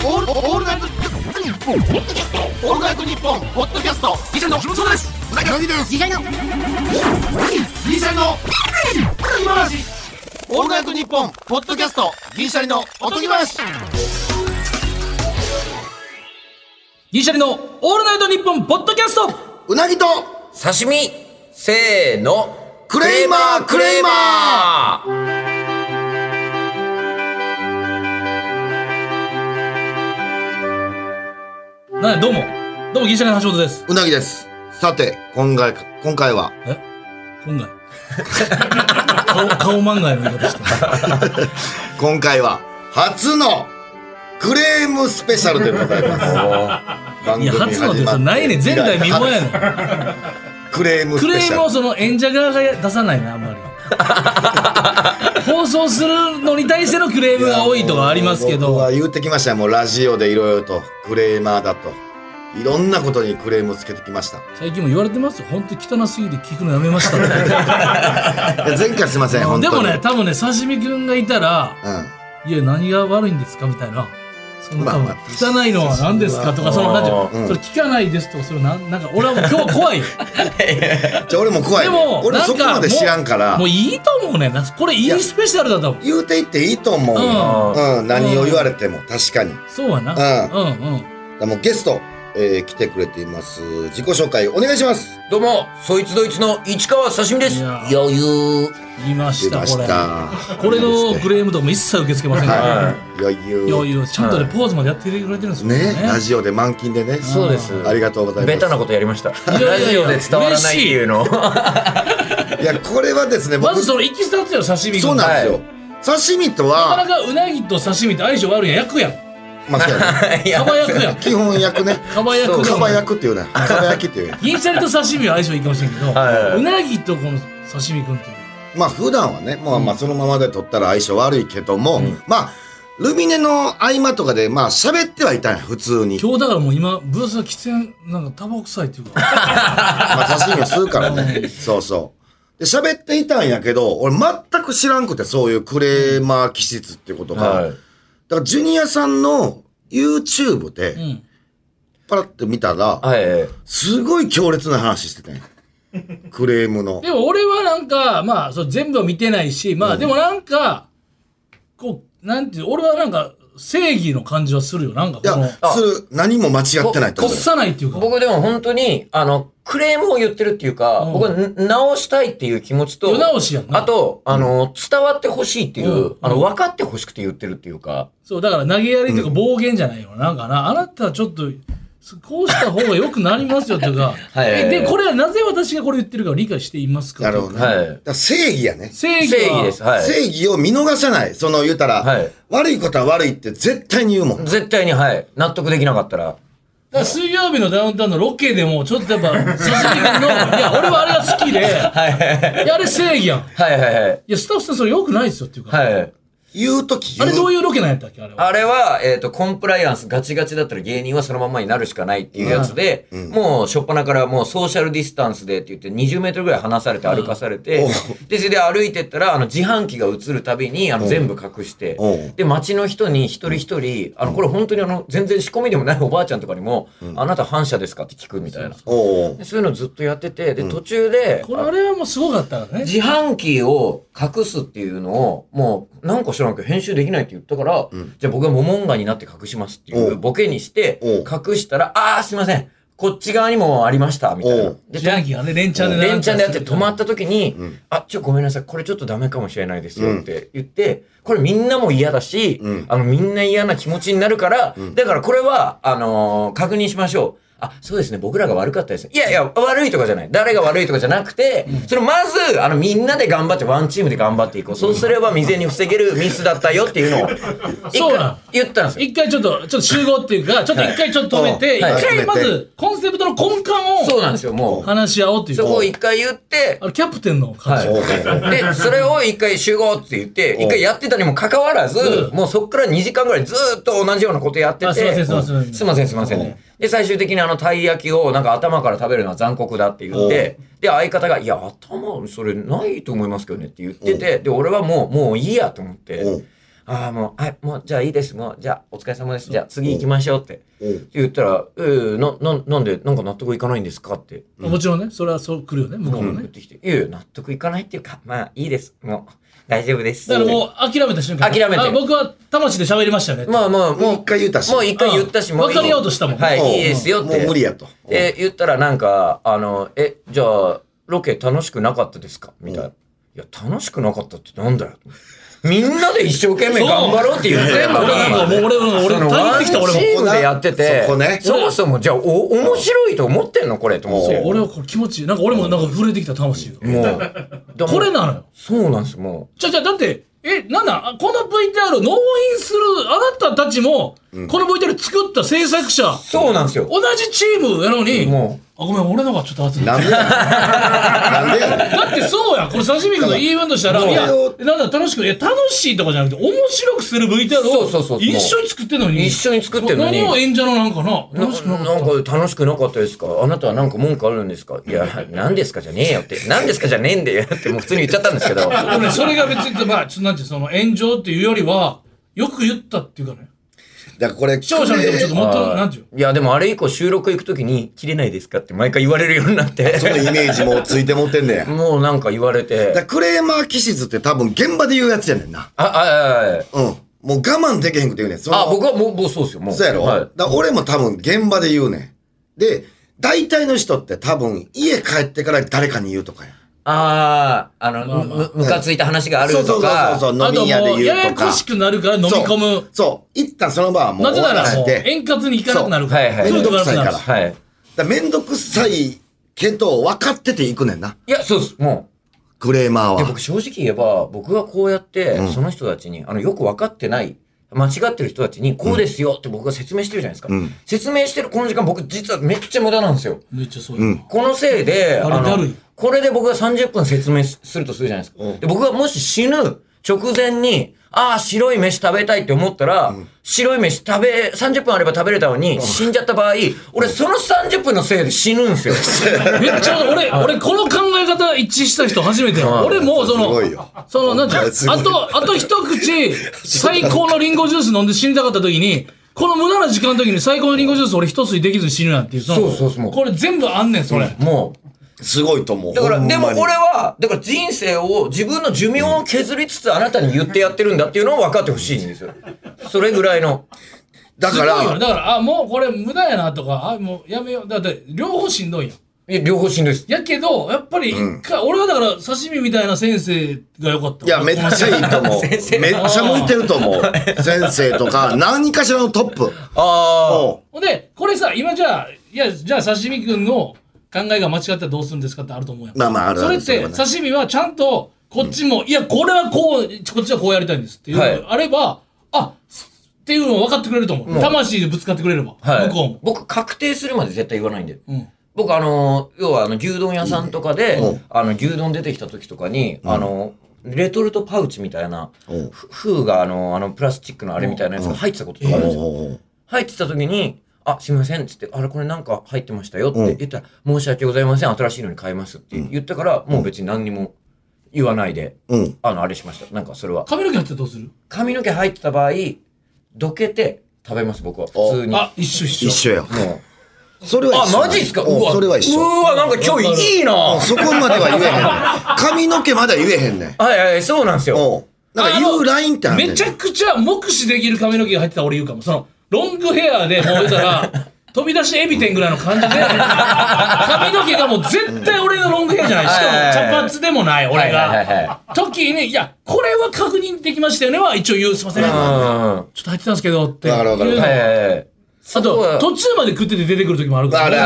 オールナイトニッポンオールナイトニッポンポッドキャストギシャリのそうです何ですギシャリの今話オールナイトニッポンポッドキャストギシャリのおとぎ話ギリシャリのオールナイトニッポンポッドキャストうなぎと刺身せーのクレイマークレイマー。 どうもギリシャリの橋本です。 うなぎです。さて今回は今回顔漫画の言い方して今回は初のクレームスペシャルでございます番いや初のってないねん、前代未聞やねんクレームスクレペシャル。 ームをその演者側が出さないね、あんまり放送するのに対してのクレームが多いとかありますけど、 僕は言ってきましたよ。もうラジオでいろいろとクレーマーだといろんなことにクレームをつけてきました。 最近も言われてますよ。本当に汚すぎて聞くのやめましたって前回すいません本当に。 でもね、多分ね、刺身くんがいたら、いや何が悪いんですかみたいな、その多分汚いのは何ですかとか、その何ていうの、それ聞かないですとか、それなんか俺はもう今日怖いじゃあ俺も怖い。 でも俺そこまで知らんからもういいと思うねんな。これいいスペシャルだと思う。 言うていっていいと思う。何を言われても確かにそうやな。 もうゲスト来てくれています。自己紹介お願いします。 どうもそいつどいつの市川刺身です。余裕言いました出ましたこれのクレームとかも一切受け付けませんから、 余裕ちゃんとねポーズまでやってくれてるんですよね。ラジオで満勤でね。 そうです。 ありがとうございます。 ベタなことやりました。 ラジオで伝わらないっていうの。 いやこれはですね、 まずそのいきさつよ、刺身。 そうなんですよ。刺身とはなかなかうなぎと刺身って相性悪いやん。役やん。 まあそうやね。 かば焼くやん。 基本焼くね。 かば焼く。 かば焼くっていうね。かば焼きっていう。 銀シャリと刺身は相性いいかもしれんけど、うなぎとこの刺身くんっていう。 まあ普段はね、まあそのままで取ったら相性悪いけども、まあルミネの合間とかでまあ喋ってはいたんや普通に。 今日だからもう今ブースが喫煙なんかタバコ臭いっていうか。 まあ刺身を吸うからね。そうそう。で喋っていたんやけど、俺全く知らんくて、そういうクレーマー気質っていうことが。だからジュニアさんの YouTube でパラッと見たら、すごい強烈な話してたんや。クレームの。 でも俺はなんかまあそう全部は見てないし、まあでもなんかこうなんていう、俺はなんか正義の感じはするよ。なんかこの何も間違ってないと思う。 こっさないっていうか。 僕でも本当にクレームを言ってるっていうか、僕は直したいっていう気持ちと、 世直しやんな。 あと伝わってほしいっていう、分かってほしくて言ってるっていうか。 そうだから投げやりとか暴言じゃないよ。なんかな、あなたはちょっとこうした方が良くなりますよとかで、これはなぜ私がこれ言ってるかを理解していますか。 なるほどね。だから正義やね。 正義です。 正義を見逃さない。その言うたら、悪いことは悪いって絶対に言うもん。 絶対に納得できなかったら。 水曜日のダウンタウンのロケでもちょっとやっぱ刺身のいや俺はあれが好きで、いやあれ正義やん。いやスタッフさんそれ良くないですよっていうか。 言うときあれどういうロケなんやったっけ。 あれはコンプライアンスガチガチだったら芸人はそのままになるしかないっていうやつで、もう初っ端からもうソーシャルディスタンスでって言って20メートルぐらい離されて歩かされて、でそれで歩いてったら自販機が映るたびに全部隠して、で街の人に一人一人これ本当に全然仕込みでもないおばあちゃんとかにも、あなた反社ですかって聞くみたいな、そういうのずっとやってて、で途中でこれあれはもうすごかったからね。 自販機を隠すっていうのをもうなんか知らんけど編集できないって言ったから、じゃあ僕はモモンガになって隠しますっていうボケにして隠したら、すいませんこっち側にもありましたみたいな。 自販機がね連チャンでやって止まった時に、ごめんなさいこれちょっとダメかもしれないですよって言って、これみんなも嫌だし、みんな嫌な気持ちになるから、だからこれは確認しましょう。そうですね僕らが悪かったですね。いやいや悪いとかじゃない、誰が悪いとかじゃなくて、それまずみんなで頑張ってワンチームで頑張っていこう、そうすれば未然に防げるミスだったよっていうのを言ったんですよ。 一回ちょっと集合っていうか、ちょっと一回ちょっと止めて、一回まずコンセプトの根幹をそうなんですよ、もう話し合おうっていう。 そこを一回言って、 キャプテンの感じでそれを一回集合って言って一回やってたにもかかわらず、もうそっから2時間ぐらいずっと同じようなことやってて、すいませんね。で最終的にたい焼きをなんか頭から食べるのは残酷だって言って、で相方がいや頭それないと思いますけどねって言ってて、で俺はもういいやと思って、 もう、じゃあいいです。もう、じゃあ、お疲れ様です。じゃあ、次行きましょうって。言ったら、なんで、なんか納得いかないんですかって。 もちろんね、それはそう来るよね、向こうもね。 言ってきて、いや納得いかないっていうか、まあ、いいです。もう、大丈夫です。 だからもう、諦めた瞬間。 諦めて。 僕は魂で喋りましたよね。 もう一回言ったし。 もう一回言ったし、もう分かりようとしたもん。 はい、いいですよって。 もう無理やと。 言ったらなんか、じゃあ、ロケ楽しくなかったですかみたいな。いや、楽しくなかったってなんだよ。みんなで一生懸命頑張ろうって言ってんのに、 俺、帰ってきた俺も。 チームでやってて、そもそもじゃあ、面白いと思ってんのこれと思って。 俺はこれ気持ちいい。なんか俺もなんか震えてきた魂が。 もう。 これなのよ。 そうなんですよ、もう。 だって、なんだ、この VTR を納品するあなたたちも、この VTR 作った制作者。 そうなんですよ。 同じチームやのに、 もう。 ごめん、俺のがちょっと熱い。 なんでやだってそうや、これ刺身君の言い分としたら、いや、なんだ楽しく、楽しいとかじゃなくて、面白くする VTR を一緒に作ってんのに。 一緒に作ってんのに。 何を演者のなんかな、 楽しくなかった。なんか楽しくなかったですか？あなたはなんか文句あるんですか？いや、何ですかじゃねえよって。何ですかじゃねえんだよってもう普通に言っちゃったんですけど。 それが別に、まあ、なんてその炎上っていうよりは、よく言ったっていうかね。 だからこれ、 視聴者の人もちょっともっと、なんていう。 いや、でもあれ以降収録行くときに、切れないですかって毎回言われるようになって。 そのイメージもついて持ってんねや。 もうなんか言われて。 だクレーマー気質って多分現場で言うやつやねんな。うん。もう我慢できへんくて言うねん。 僕はもうそうですよ、もう。 そうやろ、だ俺も多分現場で言うねん。で、大体の人って多分家帰ってから誰かに言うとかや。 ムカついた話があるとか。 そう、飲み屋で言うとか。 ややこしくなるから飲み込む。 そう。一旦その場はもうなぜならもう円滑にいかなくなるから。 めんどくさいから。 はい。 めんどくさいけど、分かってていくねんな。 いや、そうです。もう。 クレーマーは。 で、僕正直言えば、僕がこうやって、その人たちに、よく分かってない、間違ってる人たちに、こうですよって僕が説明してるじゃないですか。説明してるこの時間、僕実はめっちゃ無駄なんですよ。 めっちゃそう。 このせいで、 だるい。 これで僕が30分説明するとするじゃないですか。で僕がもし死ぬ直前に、白い飯食べたいって思ったら、白い飯30分あれば食べれたのに、死んじゃった場合、俺その30分のせいで死ぬんですよ。 めっちゃ、俺この考え方一致した人初めて。俺もなんていうあと一口、最高のリンゴジュース飲んで死にたかった時に、この無駄な時間の時に最高のリンゴジュース俺一吸いできずに死ぬなんていう。 そう。 これ全部あんねん、それ。 もう。 すごいと思う。 だから、でも俺は、人生を、自分の寿命を削りつつあなたに言ってやってるんだっていうのを分かってほしいんですよ。それぐらいの。 だから、もうこれ無駄やなとか、もうやめよう。だって、両方しんどいやん。 両方しんどいです。 やけど、やっぱり俺はだから刺身みたいな先生が良かった。 いや、めっちゃいいと思う。めっちゃ向いてると思う。先生とか、何かしらのトップ。 ほんで、これさ、今じゃあ刺身くんの、考えが間違ったらどうするんですかってあると思うやん。 ある。 それって刺身はちゃんとこっちも、いやこれはこっちはこうやりたいんですっていうのがあれば、っていうのを分かってくれると思う。魂でぶつかってくれれば、向こうも。 僕確定するまで絶対言わないんで。僕要は牛丼屋さんとかで、牛丼出てきた時とかに、レトルトパウチみたいな、封がプラスチックのあれみたいなやつが入ってたこととかあるんですよ。入ってた時に、すみませんっつって、これなんか入ってましたよって言ったら、申し訳ございません、新しいのに変えますって言ったから、もう別に何にも言わないで、あれしました。なんかそれは。 髪の毛入ってたらどうする？ 髪の毛入ってた場合、どけて食べます、僕は。普通に。 一緒や。 もう。それは一緒。 マジっすか？ それは一緒。 なんか今日いいな。 そこまでは言えへん。髪の毛までは言えへんね。 はい、そうなんですよ。 なんか言うラインってあるねん。 めちゃくちゃ目視できる髪の毛が入ってたら俺言うかも。ロングヘアでもう言うたら、飛び出しエビ天ぐらいの感じで、髪の毛がもう絶対俺のロングヘアじゃない。しかも茶髪でもない俺が。時に、いや、これは確認できましたよねは一応言う。すいません。ちょっと入ってたんですけどって。 わかる。 あと、途中まで食ってて出てくる時もあるから。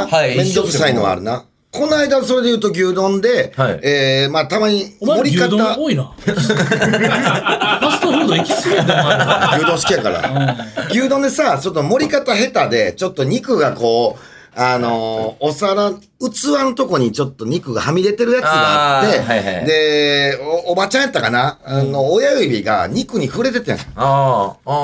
めんどくさいのはあるな。この間それで言うと牛丼で、たまに盛り方。牛丼多いな。ファストフード行き過ぎやで、牛丼好きやから。牛丼でさ、ちょっと盛り方下手で、ちょっと肉がこう、お皿、器のとこにちょっと肉がはみ出てるやつがあって、で、おばちゃんやったかな親指が肉に触れててん。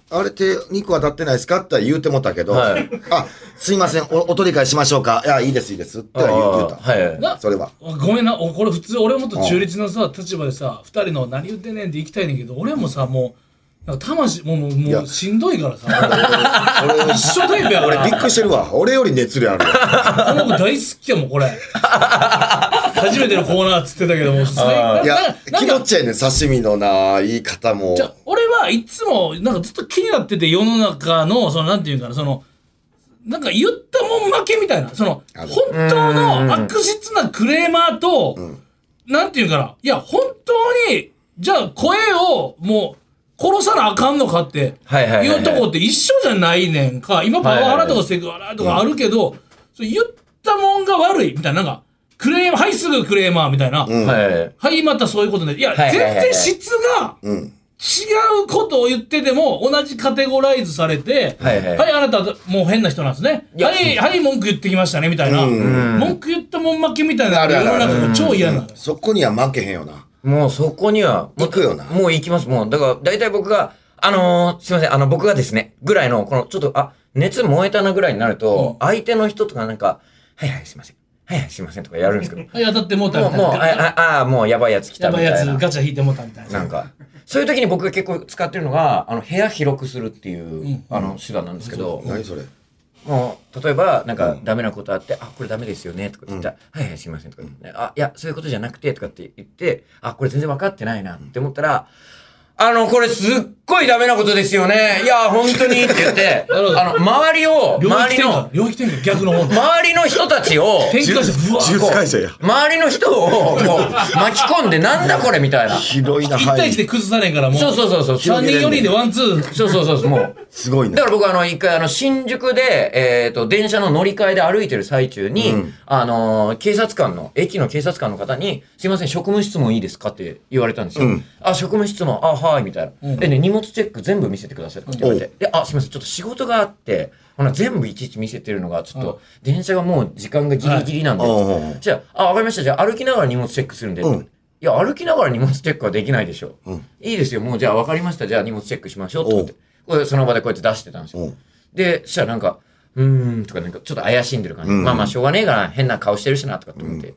あれって肉当たってないですかって言うてもたけど、 はい、 すいません、お取り替えしましょうか。いや、いいですって言うた。 はい。 それは。 ごめんな、これ普通、俺もっと中立のさ、立場でさ、二人の何言ってんねんって行きたいねんけど、俺もさ、もう、なんか魂、もうしんどいからさ、俺一緒タイプやから。 俺びっくりしてるわ。俺より熱量あるわ。 この子大好きやもん、これ。初めてのコーナーっつってたけども、 いや、気持ちやねん、刺身の言い方も。 じゃ俺はいつも、なんかずっと気になってて、世の中の、なんていうかな、なんか言ったもん負けみたいな、本当の悪質なクレーマーと、なんていうかな、いや、本当に、じゃあ声をもう、殺さなあかんのかっていうとこって一緒じゃないねんか。今パワハラとかセクハラとかあるけど、言ったもんが悪いみたいな、なんか、クレーマー、はいすぐクレーマーみたいな。はい、またそういうことで。いや、全然質が違うことを言ってても同じカテゴライズされて、はい、あなたもう変な人なんですね。はい、文句言ってきましたね、みたいな。文句言ったもん負けみたいな世の中が超嫌なの。 そこには負けへんよな。 もうそこには、 行くよな。 もう行きます。もう、だから、大体僕が、すいません、僕がですね、ぐらいの、ちょっと、熱燃えたなぐらいになると、相手の人とかなんか、はいはい、すいません。はいはい、すいませんとかやるんですけど。 はい、当たってもうたみたいな。 もうやばいやつ来たみたいな。 やばいやつ、ガチャ引いてもうたみたいな。 なんか、そういう時に僕が結構使ってるのが、部屋広くするっていう、手段なんですけど。 何それ？ もう、例えば、なんか、ダメなことあって、これダメですよね、とか言ったら、はいはい、すいません、とか言って、いや、そういうことじゃなくて、とかって言って、これ全然分かってないな、って思ったら、これすっごいダメなことですよね。いや、本当にって言って、周りの、 領域展開、逆の方。 周りの人たちを、 展開して、 呪術改正や。 周りの人を、巻き込んで、なんだこれみたいな。 広いな、 1対1で崩されんから、もう。そう。3人4人でワンツー。 そう、もう。 すごいね。 だから僕一回新宿で、電車の乗り換えで歩いてる最中に、駅の警察官の方に、すいません、職務質問いいですかって言われたんですよ。職務質問、はい、みたいな。でね、荷物チェック全部見せてくださいって言われて。で、すいません、ちょっと仕事があって、全部いちいち見せてるのが、ちょっと、電車がもう時間がギリギリなんで。じゃあ、わかりました。じゃあ、歩きながら荷物チェックするんで。いや、歩きながら荷物チェックはできないでしょ。いいですよ。もう、じゃあ、わかりました。じゃあ、荷物チェックしましょう。って言って。これ、その場でこうやって出してたんですよ。で、そしたらなんか、とかなんかちょっと怪しんでる感じ。まあしょうがねえから変な顔してるしなとかって思って。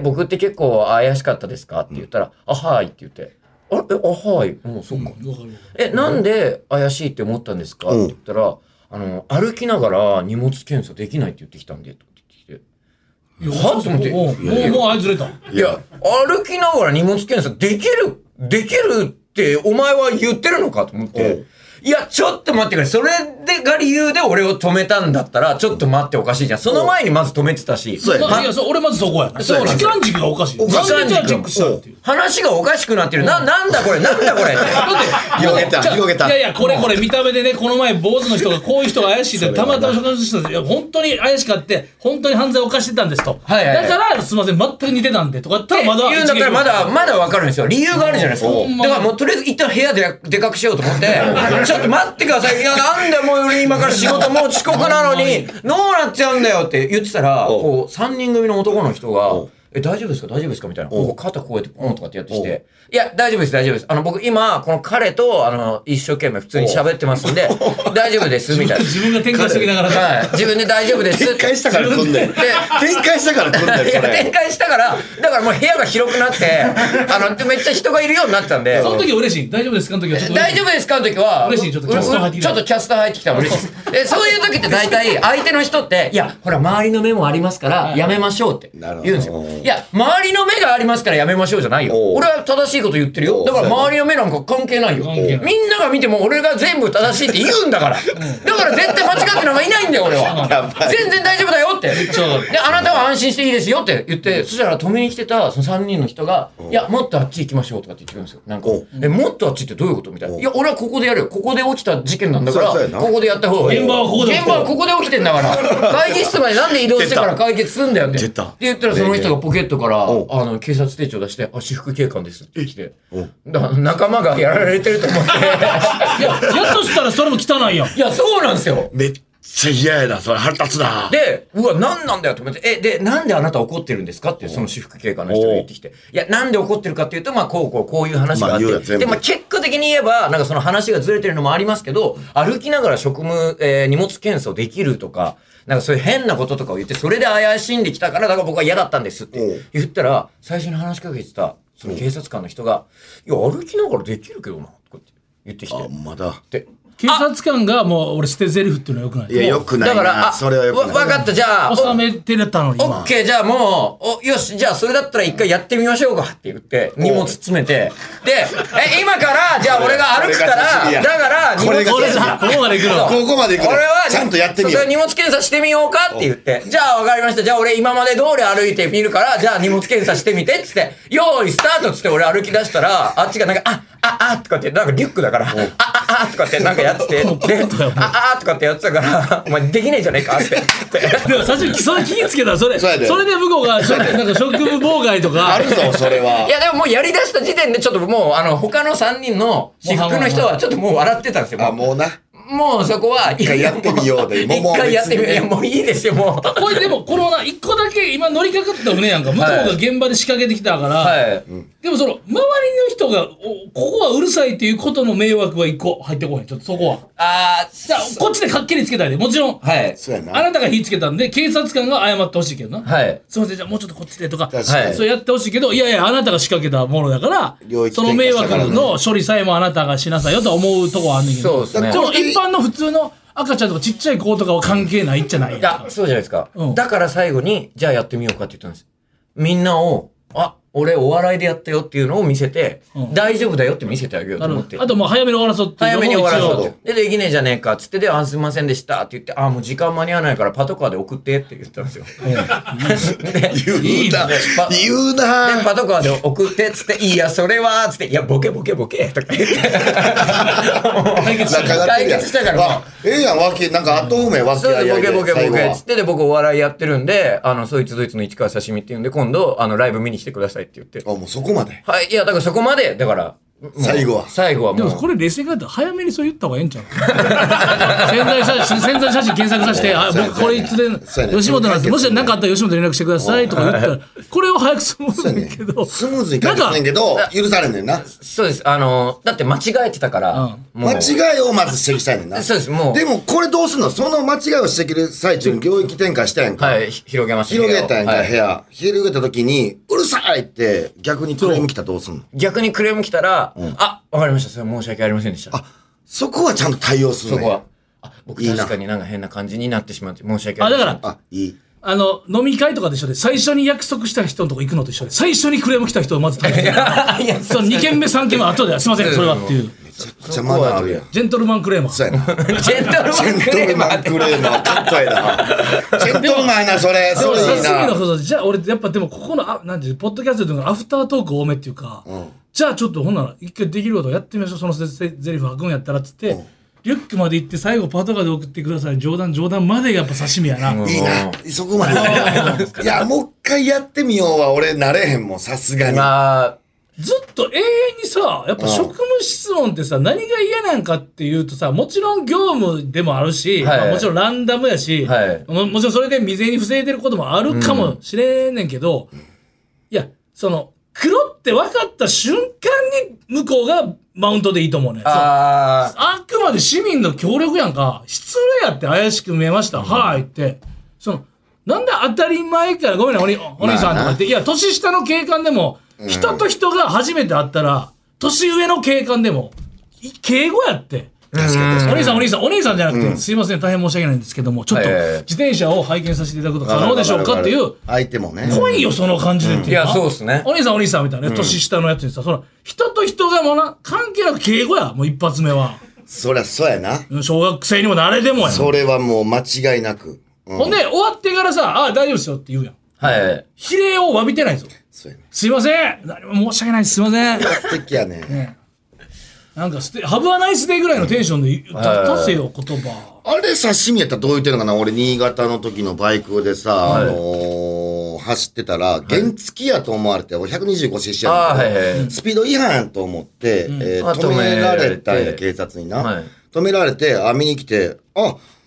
僕って結構怪しかったですかって言ったら、はいって言って。はい。もうそっか。なんで怪しいって思ったんですかって言ったら、歩きながら荷物検査できないって言ってきたんで、と言ってきて。はって思って。 もうあいつれた。 いや、歩きながら荷物検査できるってお前は言ってるのかと思って。いや、ちょっと待ってくれ。それが理由で俺を止めたんだったら、ちょっと待っておかしいじゃん。その前にまず止めてたし。 そうや。俺まずそこや。そう時間軸がおかしい。 時間軸チェックしたっていう。話がおかしくなってる。なんだこれって。 広げた。 いや、これ見た目でね、この前坊主の人がこういう人が怪しいってたまたま所轄したんです。いや、本当に怪しかって、本当に犯罪を犯してたんですと。だからすみません、全く似てたんでとかったらまだ。 言うんだったらまだわかるんですよ。理由があるじゃないですか。だからもうとりあえず一旦部屋で出かけしようと思って、ちょっと待ってください。いや、なんでもう今から仕事もう遅刻なのに、どうなっちゃうんだよって言ってたら、3人組の男の人が、大丈夫ですかみたいな。肩こうやってポンとかってやってきて、いや、大丈夫です。僕今、この彼と、一生懸命普通に喋ってますんで、大丈夫です、みたいな。 自分が展開してきながら。 はい。自分で大丈夫です。 展開したから組んで。展開したから組んで。 展開したから、だからもう部屋が広くなって、めっちゃ人がいるようになったんで。 その時嬉しい。大丈夫ですかの時は。 大丈夫ですかの時は。 嬉しい。ちょっとキャスター入ってきた。 ちょっとキャスター入ってきたら嬉しいです。そういう時って大体、相手の人って、いや、ほら、周りの目もありますから、やめましょうって言うんですよ。いや、周りの目がありますからやめましょうじゃないよ。俺は正しいこと言ってるよ。だから周りの目なんか関係ないよ。みんなが見ても俺が全部正しいって言うんだから。だから絶対間違ってなんかいないんだよ、俺は。全然大丈夫だよって。で、あなたは安心していいですよって言って、そしたら止めに来てたその3人の人が、いや、もっとあっち行きましょうとかって言ってくるんですよ。なんか、もっとあっちってどういうことみたいな。いや、俺はここでやるよ。ここで起きた事件なんだから、ここでやった方がいい。現場はここで起きてんだから。会議室までなんで移動してから解決すんだよって。って言ったらその人がポケットから、警察手帳出して、私服警官ですって来て。だから仲間がやられてると思って。 いや、やっとしたらそれも汚いやん。 いや、そうなんですよ。 めっちゃ嫌やな、それ腹立つな。 で、うわ、何なんだよと思って、で、なんであなた怒ってるんですかって、その私服警官の人が言ってきて。いや、なんで怒ってるかっていうと、まあ、こういう話があって。で、まあ、結果的に言えば、なんかその話がずれてるのもありますけど、歩きながら職務、荷物検査をできるとか、なんかそういう変なこととかを言って、それで怪しんできたから、だから僕は嫌だったんですって言ったら、最初に話しかけてた、その警察官の人が、いや、歩きながらできるけどな、とかって言ってきて。 まだ。 で警察官がもう俺捨て台詞っていうのはよくない。 いや、よくないな。 だから、 それはよくない。 わかった、じゃあ。 収めてたのに。 オッケー、じゃあもう、よし、じゃあそれだったら一回やってみましょうかって言って、荷物詰めて、で、今から、じゃあ俺が歩くから、だから、荷物検査。 ここまで行くの。 ここまで行くの。 俺は、 ちゃんとやってみよう。 荷物検査してみようかって言って、じゃあわかりました。じゃあ俺今まで通り歩いてみるから、じゃあ荷物検査してみて、つって、よーい、スタートつって俺歩き出したら、あっちがなんか、とかって、なんかリュックだから、とかってなんかやってて、で、とかってやってたから、お前できねえじゃねえかって。 でも最初にそれ気ぃつけたら、それで向こうが、なんか職務妨害とか。 あるぞ、それは。 いや、でももうやり出した時点でちょっともう、他の3人の私服の人はちょっともう笑ってたんですよ。 もうな。 もうそこは、 一回やってみようで。 一回やってみよう。いや、もういいですよ、もう。 これでも、この一個だけ今乗りかかった船やんか。向こうが現場で仕掛けてきたから。でもその、周りの人が、ここはうるさいっていうことの迷惑は一個入ってこへん。ちょっとそこは。じゃあ、こっちでかっきりつけたいで。もちろん。 はい。 あなたが火つけたんで、警察官が謝ってほしいけどな。 はい。 すいません、じゃあもうちょっとこっちでとか。そうやってほしいけど、いやいや、あなたが仕掛けたものだから、その迷惑の処理さえもあなたがしなさいよと思うとこはあんねんけど。 そうですね。 この一般の普通の赤ちゃんとかちっちゃい子とかは関係ないんじゃない。 いや、そうじゃないですか。だから最後に、じゃあやってみようかって言ったんです。みんなを、俺お笑いでやったよっていうのを見せて、大丈夫だよって見せてあげようと思って。 あともう早めに終わらそうっていうのも早めに終わらそうって。で、できねえじゃねえかっつって、で、すいませんでしたって言って、もう時間間に合わないからパトカーで送ってって言ったんですよ。 言うな。 で、パトカーで送ってっつって、いや、それは、つって、いや、ボケとか言って。解決したから。 やん、なんか後埋め脇そうボケつって、で、僕お笑いやってるんで、そいつどいつの市川刺身っていうんで、今度、ライブ見に来てくださいって言って。 もうそこまで。 はい、いや、だからそこまで、だから、 最後はもう。 でもこれ冷静に考えたら早めにそう言った方がええんちゃう潜在写真検索させて、僕これいつで吉本なんです。もし何かあったら吉本連絡してくださいとか言ったら、これを早くスムーズにけど。 スムーズに書いてんねんけど、許されんねんな。 そうです。だって間違えてたから。 間違いをまず指摘したいねんな。 そうです、もう。 でもこれどうすんの？その間違いを指摘る最中に領域展開したやんか。 はい、広げました。 広げたやんか、部屋。広げた時に、うるさいって逆にクレーム来たらどうすんの？ 逆にクレーム来たら、わかりました。それは申し訳ありませんでした。 そこはちゃんと対応するね。 そこは。僕確かになんか変な感じになってしまって申し訳ありません。 だから、 いい。 飲み会とかで一緒で、最初に約束した人のとこ行くのと一緒で、最初にクレーム来た人をまず対応する。その2件目、3件目、後で、すいません、それはっていう。 めちゃくちゃマナーあるやん。 ジェントルマンクレーマー。 そうやな。 ジェントルマンクレーマー。 かっこいいな。ジェントルマンやな、それ。それいいな。 じゃあ俺、やっぱでもここの、なんていう、ポッドキャストでアフタートーク多めっていうか、じゃあちょっとほんなら一回できることやってみましょう、そのゼリフ吐くんやったらっつって、リュックまで行って最後パトカーで送ってください。冗談までがやっぱ刺身やな。 いいな。そこまで。いや、もう一回やってみようは俺慣れへんもん、さすがに。 ずっと永遠にさ、やっぱ職務質問ってさ、何が嫌なんかっていうとさ、もちろん業務でもあるし、もちろんランダムやし、もちろんそれで未然に防いでることもあるかもしれんねんけど、いや、黒って分かった瞬間に向こうがマウントでいいと思うね。あくまで市民の協力やんか。失礼やって怪しく見えました。はいって。なんで当たり前から、ごめんね、お兄さんとか言って、いや、年下の警官でも、人と人が初めて会ったら、年上の警官でも、敬語やって。お兄さんじゃなくて、すいません、大変申し訳ないんですけども、ちょっと自転車を拝見させていただくこと可能でしょうかっていう。 相手もね。 来いよ、その感じでって。 いや、そうですね。 お兄さんみたいなね、年下のやつにさ、人と人が関係なく敬語や、もう一発目は。 そりゃそうやな。 小学生にも誰でもや。 それはもう間違いなく。 ほんで、終わってからさ、大丈夫ですよって言うやん。 はい。 比例を詫びてないぞ。 そうやね。 すいません。何も申し訳ないです。すいません。 素敵やね。 なんかハブはナイスデーぐらいのテンションで出せよ、言葉。 あれ刺身やったらどう言ってんのかな。俺、新潟の時のバイクでさ、走ってたら、原付やと思われて、125cc やねんけど、スピード違反やと思って、止められたんや、警察にな。止められて、見に来て、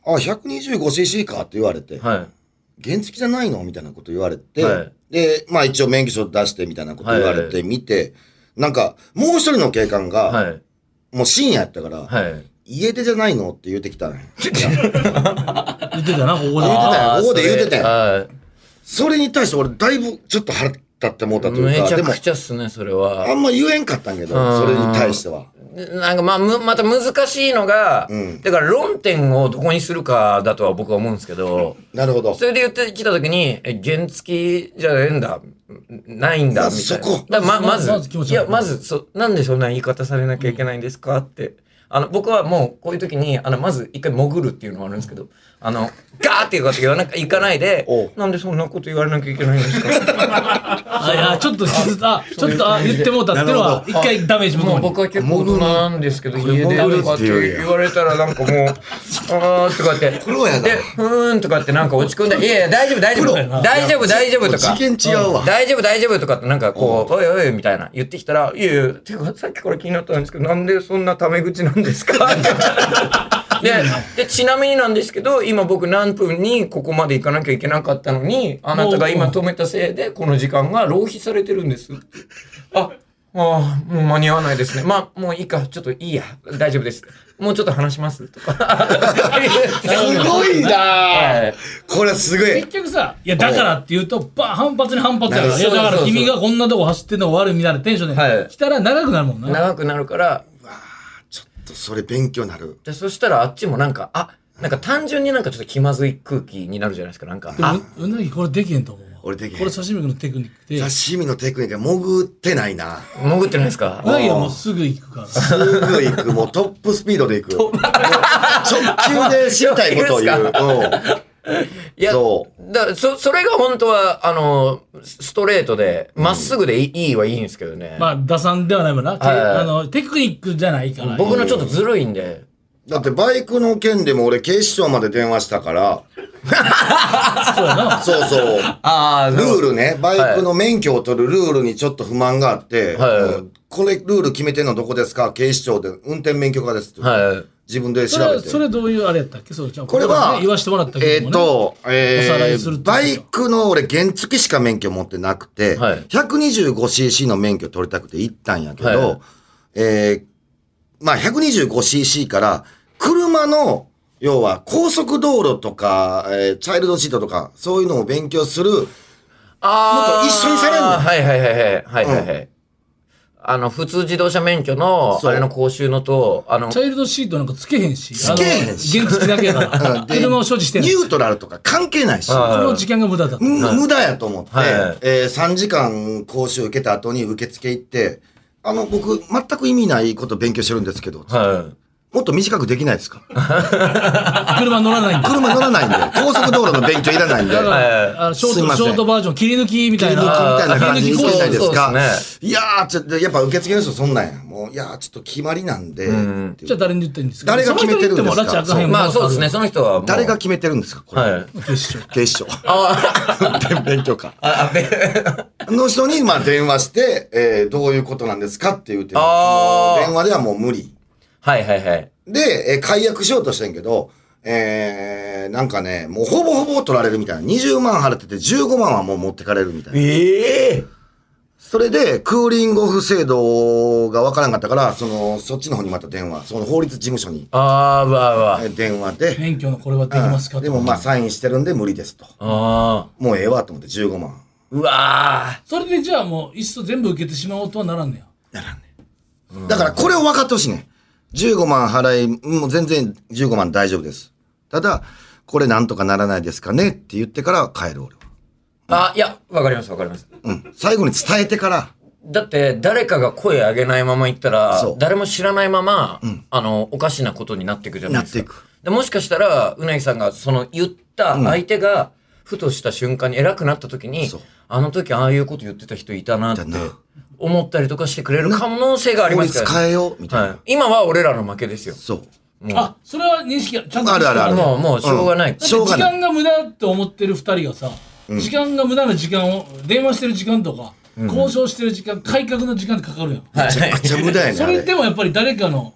125cc かって言われて、 はい。 原付じゃないのみたいなこと言われて、 はいで、まあ一応免許証出してみたいなこと言われて見て、なんか、もう一人の警官が、 はい。 もう深夜やったから、 はい。 家出じゃないのって言ってきたのよ。 言ってたな、ここで。 言ってたよここで言ってたよはそれに対して俺だいぶちょっと腹立って思ったい。 というか、でもめちゃく、ちゃっすね、それは。 あんま言えんかったんけど、それに対しては。 なんかまた難しいのが、だから論点をどこにするかだとは僕は思うんですけど、 なるほど。 それで言ってきたときに、原付じゃねえんだ、ないんだ、みたいな。 そこだからままず気持ち悪いまず、なんでそんな言い方されなきゃいけないんですかって。僕はもうこういう時に、まず一回潜るっていうのがあるんですけど、ガーっていうこと言わなきゃいかないでおう、 なんでそんなこと言われなきゃいけないんですかいや、ちょっと言ってもうたっていうのは、一回ダメージ向こうに。 もう僕は結構大人なんですけど、家でとかって言われたらなんかもう、あーとかって、 プロやなで、とかってなんか落ち込んで、いやいや、大丈夫、大丈夫、大丈夫、大丈夫とか、 次元違うわ。 大丈夫、大丈夫とかってなんかこう、おいおいみたいな言ってきたら、いやいや、てかさっきから気になったんですけど、なんでそんなタメ口なんですかで、ちなみになんですけど、今僕何分にここまで行かなきゃいけなかったのに、あなたが今止めたせいで、この時間が浪費されてるんです。ああ、もう間に合わないですね。まあ、もういいか、ちょっといいや、大丈夫です。もうちょっと話しますとか。 すごいなはいこれすごい結。局さ、いや、だからって言うと、反発に反発やから。いや、 そうだからそうそう君がこんなとこ走ってんのが悪いみたいなテンションはいで来たら長くなるもんな。 長くなるから、 それ勉強になる。 でそしたらあっちもなんか、なんか単純になんかちょっと気まずい空気になるじゃないですか、なんか。 でもうなぎこれできへんと思うわ。 俺できへんこれ刺身のテクニックで。 刺身のテクニックが潜ってないな。 潜ってないですかうなぎはもうすぐ行くから。 すぐ行く。もうトップスピードで行く。もう直球で知りたいことを言う。 いや、 そそれが本当は、ストレートで、まっすぐでいいはいいんですけどね。 まあ、打算ではないもんな。 はいテクニックじゃないから。 僕のちょっとずるいんで。 だってバイクの件でも俺警視庁まで電話したから、 そうやな。 そうそう。 あルールね、バイクの免許を取るルールにちょっと不満があって、これルール決めてんのどこですか警視庁で運転免許課ですって、自分で調べて。 それどういうあれやったっけそうじゃん。 これは、 言わしてもらったけどもね。おさらいするってことバイクの俺原付しか免許持ってなくて、125cc の免許取りたくて行ったんやけど、まあ 125cc から車の要は高速道路とか、チャイルドシートとかそういうのを勉強する、もっと一緒にされんの。 はい。普通自動車免許の、あれの講習のと、 チャイルドシートなんかつけへんし。 つけへんし原付だけやから。車を所持してニない。 ュートラルとか関係ないし、 その時間が無駄だった。 無駄やと思って、 はい 3時間講習受けた後に受付行って、僕、全く意味ないこと勉強してるんですけど、もっと短くできないですか車乗らないんだ。 車乗らないんで、高速道路の勉強いらないんで。 だからショすいませんートバージョン、切り抜きみたいな。 切り抜きみたいな感じにしてないですかそうですいやー、ちょっと、やっぱ受付の人そんなんや。もう、いやー、ちょっと決まりなんで。 じゃあ誰に言ってるんですか誰が決めてるんですかその人に言っても拉致あかへんもんまあそうですね、その人はもう。 誰が決めてるんですかこれ。 警視庁。 警視庁。勉強か。の人に、まあ、電話して、どういうことなんですかって言うて、電話ではもう無理。 はい。 で、解約しようとしてんけど、なんかね、もうほぼほぼ取られるみたいな。20万払ってて15万はもう持ってかれるみたいな。それで、クーリングオフ制度がわからんかったから、そっちの方にまた電話、その法律事務所に電話で、 免許のこれはできますかでもまあサインしてるんで無理ですと。もうええわと思って15万。 うわそれでじゃあもういっそ全部受けてしまおうとはならんねや。 だからこれを分かってほしいね。15万払い、もう全然15万大丈夫です。ただ、これなんとかならないですかねって言ってから帰る俺は。 いや、わかります。 最後に伝えてから。 だって、誰かが声上げないまま行ったらそう、 誰も知らないまま、おかしなことになっていくじゃないですか。 なっていくでもしかしたら、うなぎさんが、その言った相手が、ふとした瞬間に偉くなった時にそう、 あの時ああいうこと言ってた人いたなっていたな思ったりとかしてくれる可能性があり法ますからね。 律変えようみたいな。 はい。今は俺らの負けですよ。 そう。 あ、それは認識ちゃんと。 ある。 もうしょうがない。 だって時間が無駄って思ってる二人がさ、時間が無駄な時間を、電話してる時間とか、交渉してる時間、改革の時間ってかかるやん。 めちゃくちゃ無駄やね。 それでもやっぱり誰かの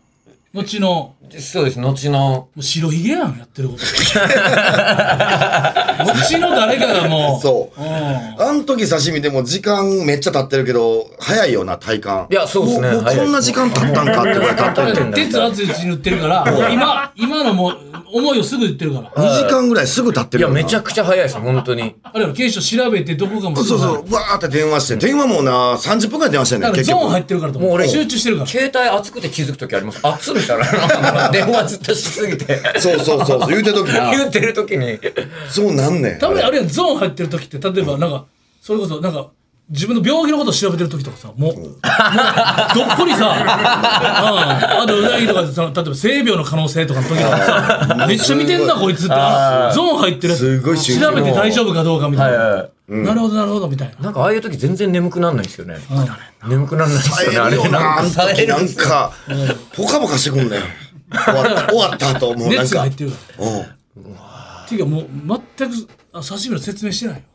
後のそうです、後の。 もう白ひげやん、やってること。後の誰かがもう。 そう。あん時刺身でも時間めっちゃ経ってるけど、早いよな、体感。 いや、そうですね。 もうこんな時間経ったんかってぐらい経ってる。 鉄熱いうちに言ってるから、今のもう、思いをすぐ言ってるから。 2時間ぐらいすぐ経ってる。 いや、めちゃくちゃ早いです、本当に。 あれは警視庁調べてどこかもそうそう、わーって電話して、電話もな、30分ぐらい電話してんねん、 結局。ゾーン入ってるからと思う。俺集中してるから。 携帯熱くて気づくときあります。熱みたいな。電話ずっとしすぎて。 そうそうそう、言うてる時な。 言うてる時に。 そうなんねん。 たまにあれやゾーン入ってる時って、例えばなんか、それこそなんか、自分の病気のことを調べてる時とかさ、もう、どっぷりさ、あとうなぎとかでさ、例えば性病の可能性とかの時とかさ、めっちゃ見てんなこいつって、ゾーン入ってるやつ、 すごい調べて大丈夫かどうかみたいな。なるほどなるほどみたいな。 なんかああいう時全然眠くなんないんですよね。眠くなんないですよね。あれなんか、ポカポカしてくんだよ。終わった後、もうなんか。 熱が入ってるから。っていうかもう全く刺身の説明してないよ。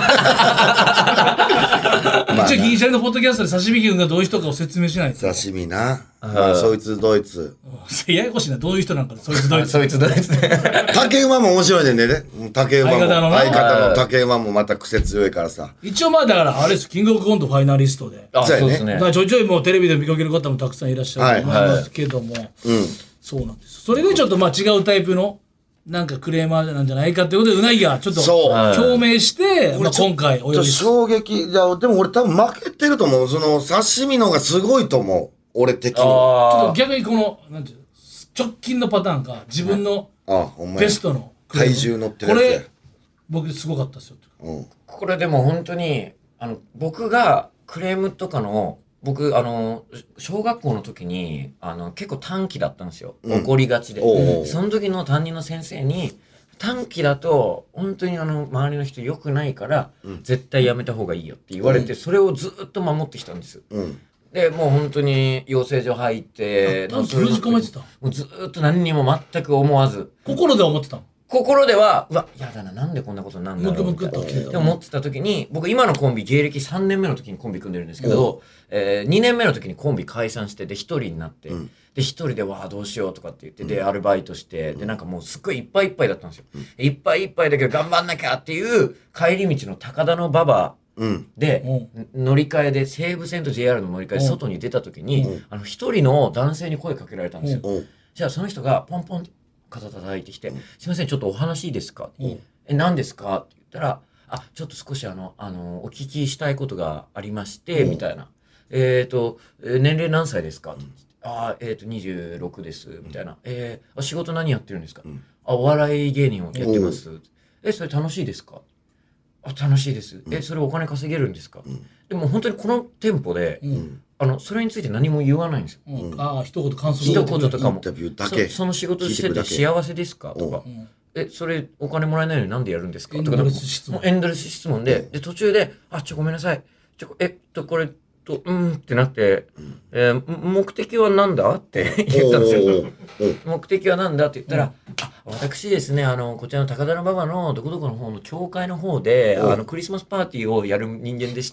一応銀シャリのポッドキャストで刺身君がどういう人かを説明しないと。 刺身な。そいつドイツ。 ややこしいな、どういう人なんかで、そいつドイツ。 そいつドイツね。 竹馬も面白いねんでね。竹馬も。相方の竹馬もまた癖強いからさ。 一応まあだから、あれです、キングオブコントファイナリストで。 そうですね。 ちょいちょいもうテレビで見かける方もたくさんいらっしゃると思いますけども。そうなんです。それでちょっとまあ違うタイプの、なんかクレーマーなんじゃないかってことでうなぎがちょっと共鳴して、まあ、今回お呼びして衝撃。いやでも俺多分負けてると思う。その刺身の方がすごいと思う、俺的に。ちょっと逆にこのなんていう直近のパターンか、自分のベストの体重乗ってるやつ。 これ僕すごかったですよ。 これでも本当に僕がクレームとかの僕小学校の時に結構短期だったんですよ、怒りがちで。その時の担任の先生に短期だと本当に周りの人良くないから、絶対やめた方がいいよって言われて、それをずっと守ってきたんです、でもう本当に養成所入って封じ込めてた。 もうずっと何にも全く思わず、 心で思ってたの。 心では、うわ、やだな、なんでこんなことになるんだろうって思ってた時に、僕今のコンビ、芸歴3年目の時にコンビ組んでるんですけど、2年目の時にコンビ解散して、で、1人になって、で、1人で、わあ、どうしようとかって言って、で、アルバイトして、で、なんかもうすっごいいっぱいいっぱいだったんですよ。いっぱいいっぱいだけど頑張んなきゃっていう帰り道の高田馬場で、乗り換えで、西武線と JR の乗り換えで外に出た時に、一人の男性に声かけられたんですよ。じゃあその人がポンポンって肩叩いてきて、すいません、ちょっとお話いいですか？何ですか？って言ったら、ちょっと少しお聞きしたいことがありまして、みたいな。年齢何歳ですか？って言って、26です、みたいな。仕事何やってるんですか？お笑い芸人をやってます。それ楽しいですか？楽しいです。それお金稼げるんですか？でも本当にこの店舗で、それについて何も言わないんですよ。 一言感想一言とかも。 その仕事してて幸せですかとか。それお金もらえないのになんでやるんですかとか。エンドレス質問で、途中で、ごめんなさい。これ、ってなって、目的は何だって言ったんですよ。目的は何だって言ったら、私ですね、こちらの高田馬場のどこどこの方の教会の方で、クリスマスパーティーをやる人間でして、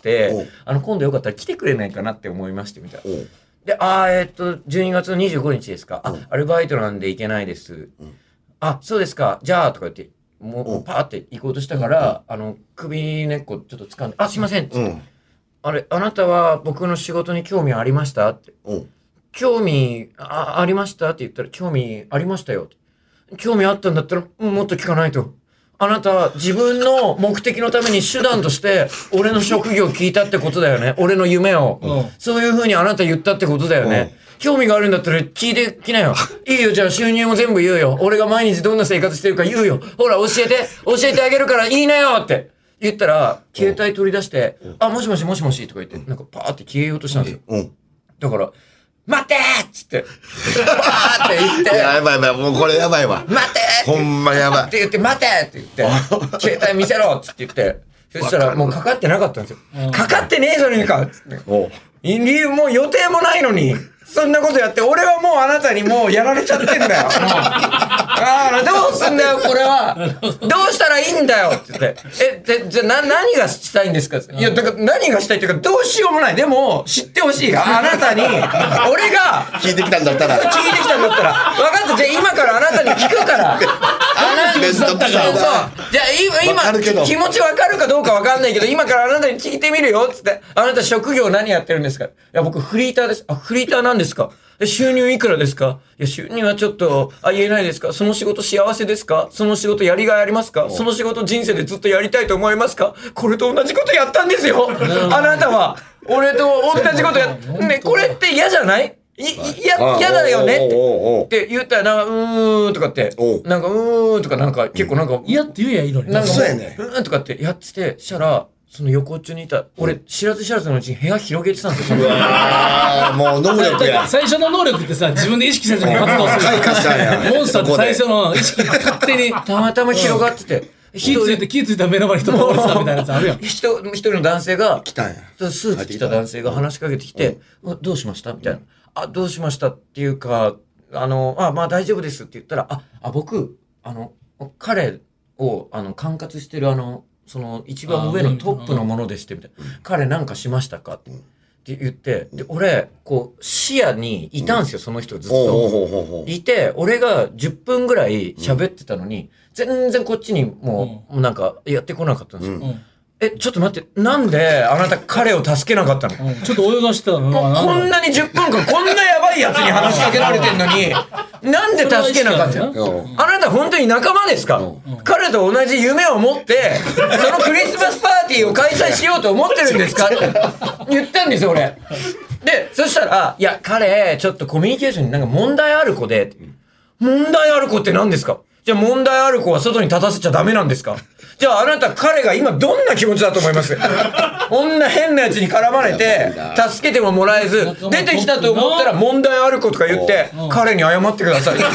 今度よかったら来てくれないかなって思いまして、みたいな。で、12月の25日ですか？アルバイトなんで行けないです。そうですか。じゃあ、とか言って、もうパーって行こうとしたから、首根っこちょっと掴んで、すいませんって。あなたは僕の仕事に興味ありましたって。興味ありましたって言ったら、興味ありましたよって。興味あったんだったら、もっと聞かないと。あなたは自分の目的のために手段として、俺の職業を聞いたってことだよね。俺の夢を。そういう風にあなた言ったってことだよね。興味があるんだったら聞いてきなよ。いいよ、じゃあ収入も全部言うよ。俺が毎日どんな生活してるか言うよ。ほら、教えてあげるから言いなよって言ったら、携帯取り出して、もしもしもしもしとか言って、なんかパーって消えようとしたんですよ。だから、待ってーっつって、パーって言って。 やばい、もうこれやばいわ。 待ってーほんまやばい。 って言って、待てって言って、携帯見せろっつって言って、そしたらもうかかってなかったんですよ。かかってねえじゃねえかっつって。理由もう予定もないのに、そんなことやって、俺はもうあなたにもうやられちゃってんだよ。 どうすんだよ、これは。どうしたらいいんだよって言って。じゃあ何がしたいんですか？いや、だから何がしたいっていうか、どうしようもない。でも、知ってほしい。あなたに、俺が、 聞いてきたんだったら。 分かった。じゃあ今からあなたに聞くから。 面倒くさいな。 じゃあ今、気持ち分かるかどうか分かんないけど、今からあなたに聞いてみるよ、つって。あなた職業何やってるんですか？いや、僕フリーターです。あ、フリーターなんですか？収入いくらですか？いや、収入はちょっと、言えないですか？その仕事幸せですか？その仕事やりがいありますか？その仕事人生でずっとやりたいと思いますか？これと同じことやったんですよ。あなたは、俺と同じことやっ、ね、これって嫌じゃない？嫌だよねって言ったら、とかって、なんか、とかなんか、結構なんか、 嫌って言えやいいのに。 なんか、そうやね。 とかってやってて、したら、その横っちょにいた、俺、知らず知らずのうちに部屋広げてたんですよ。 もう能力や。 最初の能力ってさ、自分で意識せずに活動する。 開花したんや。 モンスターって最初の意識勝手に。 たまたま広がってて。 気ついた目の前に人倒れてたみたいなやつあるやん。 一人の男性が、 来たんや。 スーツ着た男性が話しかけてきて、どうしましたみたいな。どうしましたっていうか、まあ大丈夫ですって言ったら、僕、彼を、管轄してるその一番上のトップのものでして、みたいな。彼なんかしましたかって言って、で、俺、こう、視野にいたんですよ、その人ずっと。いて、俺が10分ぐらい喋ってたのに、全然こっちにもうなんかやってこなかったんですよ。ちょっと待って、なんであなた彼を助けなかったの？ ちょっと泳がしてたの。 こんなに10分間こんなやばいやつに話しかけられてんのに、なんで助けなかったの？あなた本当に仲間ですか？彼と同じ夢を持って、そのクリスマスパーティーを開催しようと思ってるんですかって言ったんですよ、俺。で、そしたら、いや、彼、ちょっとコミュニケーションになんか問題ある子で、問題ある子って何ですか？じゃあ問題ある子は外に立たせちゃダメなんですか？じゃああなた彼が今どんな気持ちだと思います？こんな変なやつに絡まれて助けてももらえず出てきたと思ったら問題ある子とか言って彼に謝ってください。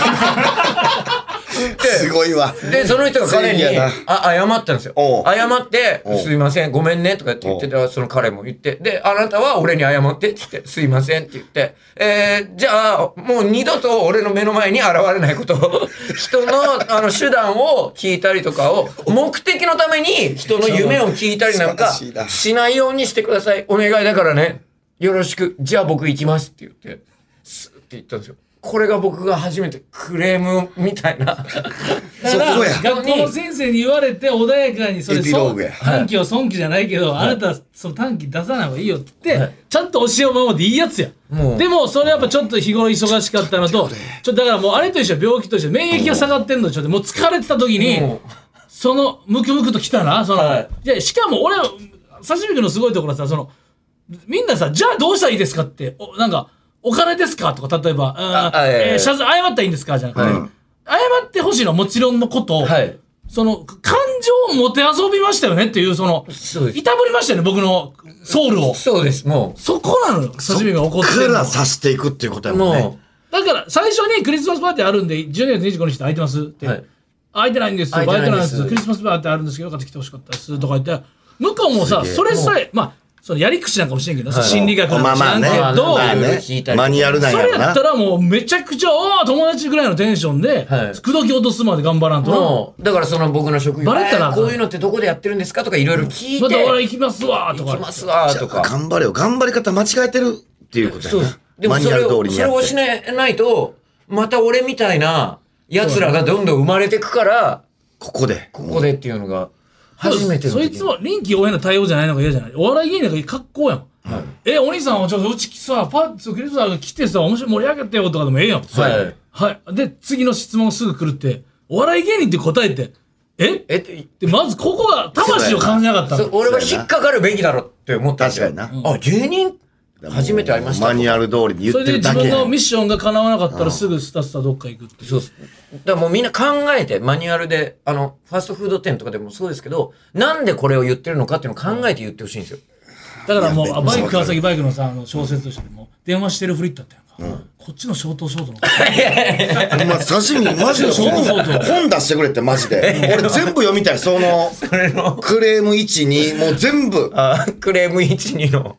すごいわ。 で、その人が彼に謝ったんですよ。謝って、すいません、ごめんねとかって言ってた、その彼も言って、で、あなたは俺に謝ってって言って、すいませんって言って、じゃあ、もう二度と俺の目の前に現れないことを、人の手段を聞いたりとかを、目的のために人の夢を聞いたりなんかしないようにしてください。お願いだからね。よろしく。じゃあ僕行きますって言って、スッって言ったんですよ。これが僕が初めてクレームみたいな。だから学校の先生に言われて穏やかにそれ短期を損期じゃないけど、あなたその短期出さない方がいいよって言って、ちゃんと教えを守っていいやつや。でもそれやっぱちょっと日頃忙しかったのと、だからもうあれと一緒、病気と一緒、免疫が下がってんのちょっともう疲れてた時に、そのムクムクと来たな、しかも俺刺身君のすごいところはさ、みんなさ、じゃあどうしたらいいですかって、なんかお金ですかとか、例えば、謝罪、謝ったらいいんですかじゃなくて、謝ってほしいのはもちろんのこと、感情をもてあそびましたよねっていう、いたぶりましたよね、僕のソウルを。 そうです、もう。 そこなのよ、刺身が怒ってるの。 そっからさしていくっていうことやもんね。 だから、最初にクリスマスパーティーあるんで、12月25日って空いてますって。空いてないんです、バイトなんです、クリスマスパーティーあるんですけど、よかったら来てほしかったです、とか言って、向こうもさ、それさえ、やり口なんかもしれんけど、心理学なんか知らんけど、 マニュアルなんやろな。 それやったらもうめちゃくちゃ、友達ぐらいのテンションで、口説き落とすまで頑張らんと。 だから僕の職業、 バレたらこういうのってどこでやってるんですかとかいろいろ聞いて。 また俺行きますわとか。 行きますわとか。 頑張れよ。頑張り方間違えてるっていうことやな。 でもそれをしないと、また俺みたいな奴らがどんどん生まれてくから、ここでっていうのが。初めての時。 そいつも臨機応変な対応じゃないのが嫌じゃない。お笑い芸人なんか格好やん。お兄さん、ちょっとうちさ、パッツクリスマスが来てさ、面白い盛り上げてよとかでもええやん。はい。で、次の質問すぐ来るって、お笑い芸人って答えて、で、まずここが魂を感じなかったの。 俺は引っかかるべきだろって思ったんですよ。 確かにな。 芸人初めて会いました。 マニュアル通りに言ってるだけ。 それで自分のミッションが叶わなかったらすぐスタスタどっか行くって。 そうです。だからもうみんな考えて、マニュアルで、ファーストフード店とかでもそうですけど、なんでこれを言ってるのかっていうのを考えて言ってほしいんですよ。 だからもう、バイク、川崎バイクのさ、小説としても、電話してるふりってあったやんか。こっちのショートの。 刺身、マジで本出してくれって、マジで。俺全部読みたい、クレーム1、2、もう全部。 クレーム1、2の。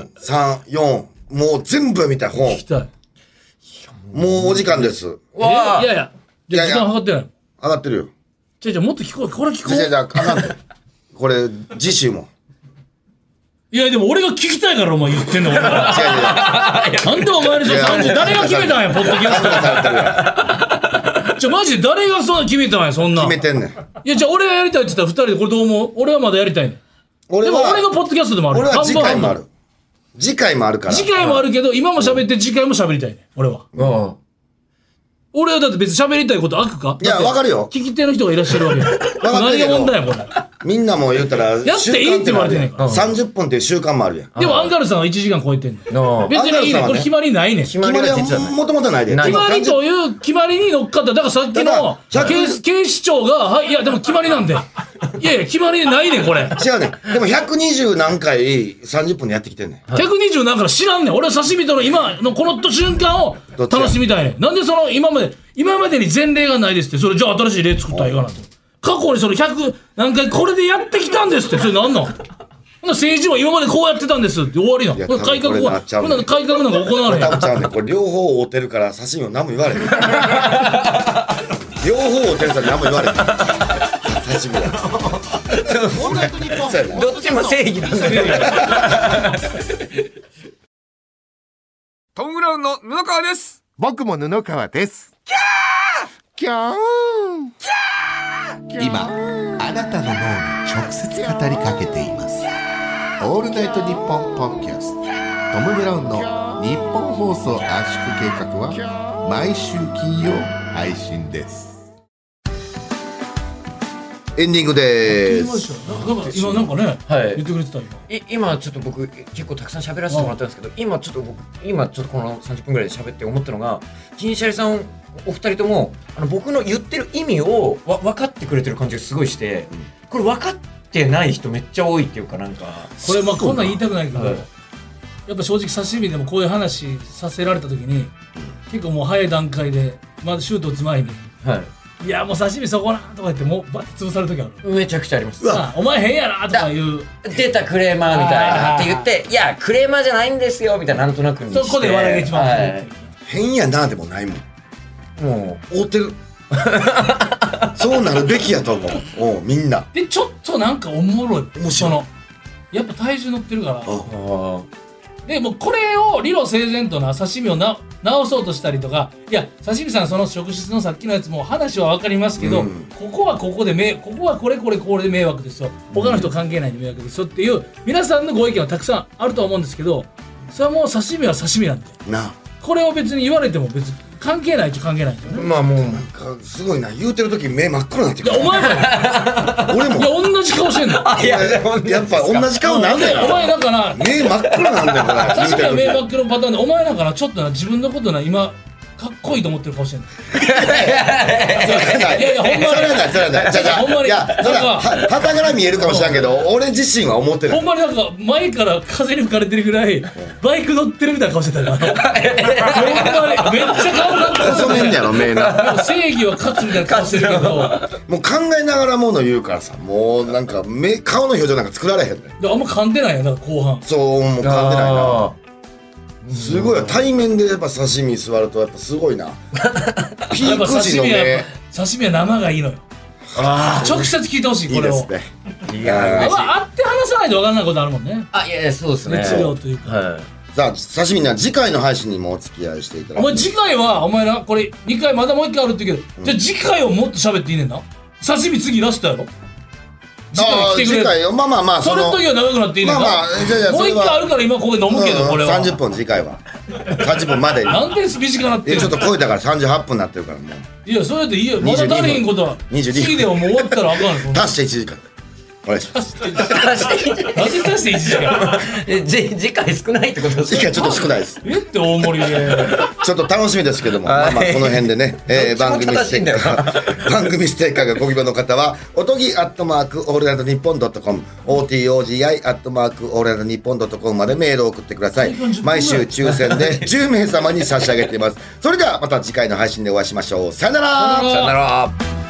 3、4、もう全部読みたい、本。 聞きたい。 もうお時間です。 いやいや、 じゃあ時間計ってないの？ 上がってるよ。 じゃあもっと聞こう。これ聞こう。 じゃああかんて。これ、次週も。 いやでも俺が聞きたいからお前言ってんの俺は。 違う。 なんでお前に30誰が決めたんやポッドキャスト。マジで誰がそんな決めたんやそんな。 決めてんねん。 いやじゃあ俺がやりたいって言ったら2人でこれどう思う？俺はまだやりたいねん。でも俺がポッドキャストでもある。 俺は次回もある。次回もあるから。 次回もあるけど今も喋って次回も喋りたいねん俺は。俺はだって別に喋りたいこと悪か？ いや、わかるよ。 聞き手の人がいらっしゃるわけや。何が問題やこれ。 みんなも言うたら、 やっていいって言われてんねんから。 30分っていう習慣もあるやん。 でもアンガールさんは1時間超えてんねん。別にいいねん。これ決まりないねん。 決まりはもともとないで。 決まりという決まりに乗っかった。だからさっきの警視庁が、はい、いやでも決まりなんで。いやいや、決まりないねん、これ。 違うねん。でも120何回30分でやってきてんねん。 120何から知らんねん。俺は刺身との今のこの瞬間を楽しみたいねん。なんでその今までに前例がないですって。それじゃあ新しい例作ったらいいかなと。過去にその100何回これでやってきたんですって。それなんの？政治は今までこうやってたんですって終わりな。改革は、改革なんか行われへん。 多分ちゃうねん。これ両方追ってるから刺身を何も言われへん。両方追ってるから何も言われへん。刺身だ。 どっちも正義なんだよ。 トム・ブラウンの布川です。 僕も布川です。キャー今あなたの脳に直接語りかけています。オールナイトニッポンポッドキャストトム・ブラウンの日本放送圧縮計画は毎週金曜配信です。 エンディングでーす。 今なんかね、言ってくれてた今ちょっと僕結構たくさん喋らせてもらったんですけど、今ちょっとこの30分ぐらいで喋って思ったのが、銀シャリさんお二人とも僕の言ってる意味を分かってくれてる感じがすごいして、これ分かってない人めっちゃ多いっていうか、なんかこれこんなん言いたくないけど、やっぱ正直刺身でもこういう話させられた時に結構もう早い段階でまだシュート打つ前に、いやもう刺身そこなとか言ってもうバッて潰される時ある。 めちゃくちゃあります。 お前変やなとか言う出たクレーマーみたいなって言って、いやクレーマーじゃないんですよみたいな、なんとなくにしてそこで笑いが一番変やなでもないもん。 もう追ってる。そうなるべきやと思う。みんなでちょっとなんかおもろい。 面白い。 やっぱ体重乗ってるから。でもうこれを理路整然とな刺身を直そうとしたりとか、いや刺身さんその職質のさっきのやつも話は分かりますけど、ここはここでここはこれで迷惑ですよ、他の人関係ないんで迷惑ですよっていう皆さんのご意見はたくさんあると思うんですけど、それはもう刺身は刺身なんでな。 これを別に言われても別に関係ないっちゃ関係ないんですよね。 まあもうなんかすごいな、言うてる時目真っ黒になってくる。 いやお前も俺もいや同じ顔してんの。 やっぱ同じ顔なんだよ。 お前だから目真っ黒なんだよこれ。 確かに目真っ黒パターンで、お前なんかなちょっとな自分のことな今かっこいいと思ってる顔してんの。いやいやほんまにそれはないそれはない。じゃあほんまにいやそれは旗から見えるかもしれんけど、俺自身は思ってる。 ほんまになんか前から風に吹かれてるぐらいバイク乗ってるみたいな顔してたよ。ほんまにめっちゃ顔なんか細めんやろ目な。 正義は勝つみたいな顔してるけど、 もう考えながらもの言うからさ、もうなんか顔の表情なんか作られへんねん。 あんま噛んでないよだから後半。 そうもう噛んでないな。すごい対面でやっぱ刺身座るとやっぱすごいな。ピーク時の目。 刺身は生がいいのよ。直接聞いてほしいこれを。 いいですね。 いや会って話さないと分からないことあるもんね。 いやそうですね。 熱量というか。 さあ刺身には次回の配信にもお付き合いしていただきます。 お前次回はお前なこれ2回まだもう1回あるって言うけど、じゃあ次回をもっと喋っていいねんな。刺身次ラストやろ。次回まあその時は長くなっていいねんか。もう1回あるから今ここで飲むけど、これは 30分次回は30分までに。 なんで短なってる。 ちょっと超えたから38分になってるからもう。 いやそれでいいよ。まだ足りへんことは次ではもう終わったらあかん。 足して1時間お願いします。 なぜ足して1時間。 次回少ないってことですか。 次回ちょっと少ないです。 って大盛りでちょっと楽しみですけども、まあこの辺でね、番組ステッカーがご希望の方はおとぎ@オールナイトニッポン.com OTOGI @オールナイトニッポン.com までメールを送ってください。毎週抽選で10名様に差し上げています。それではまた次回の配信でお会いしましょう。さよなら。 さよなら。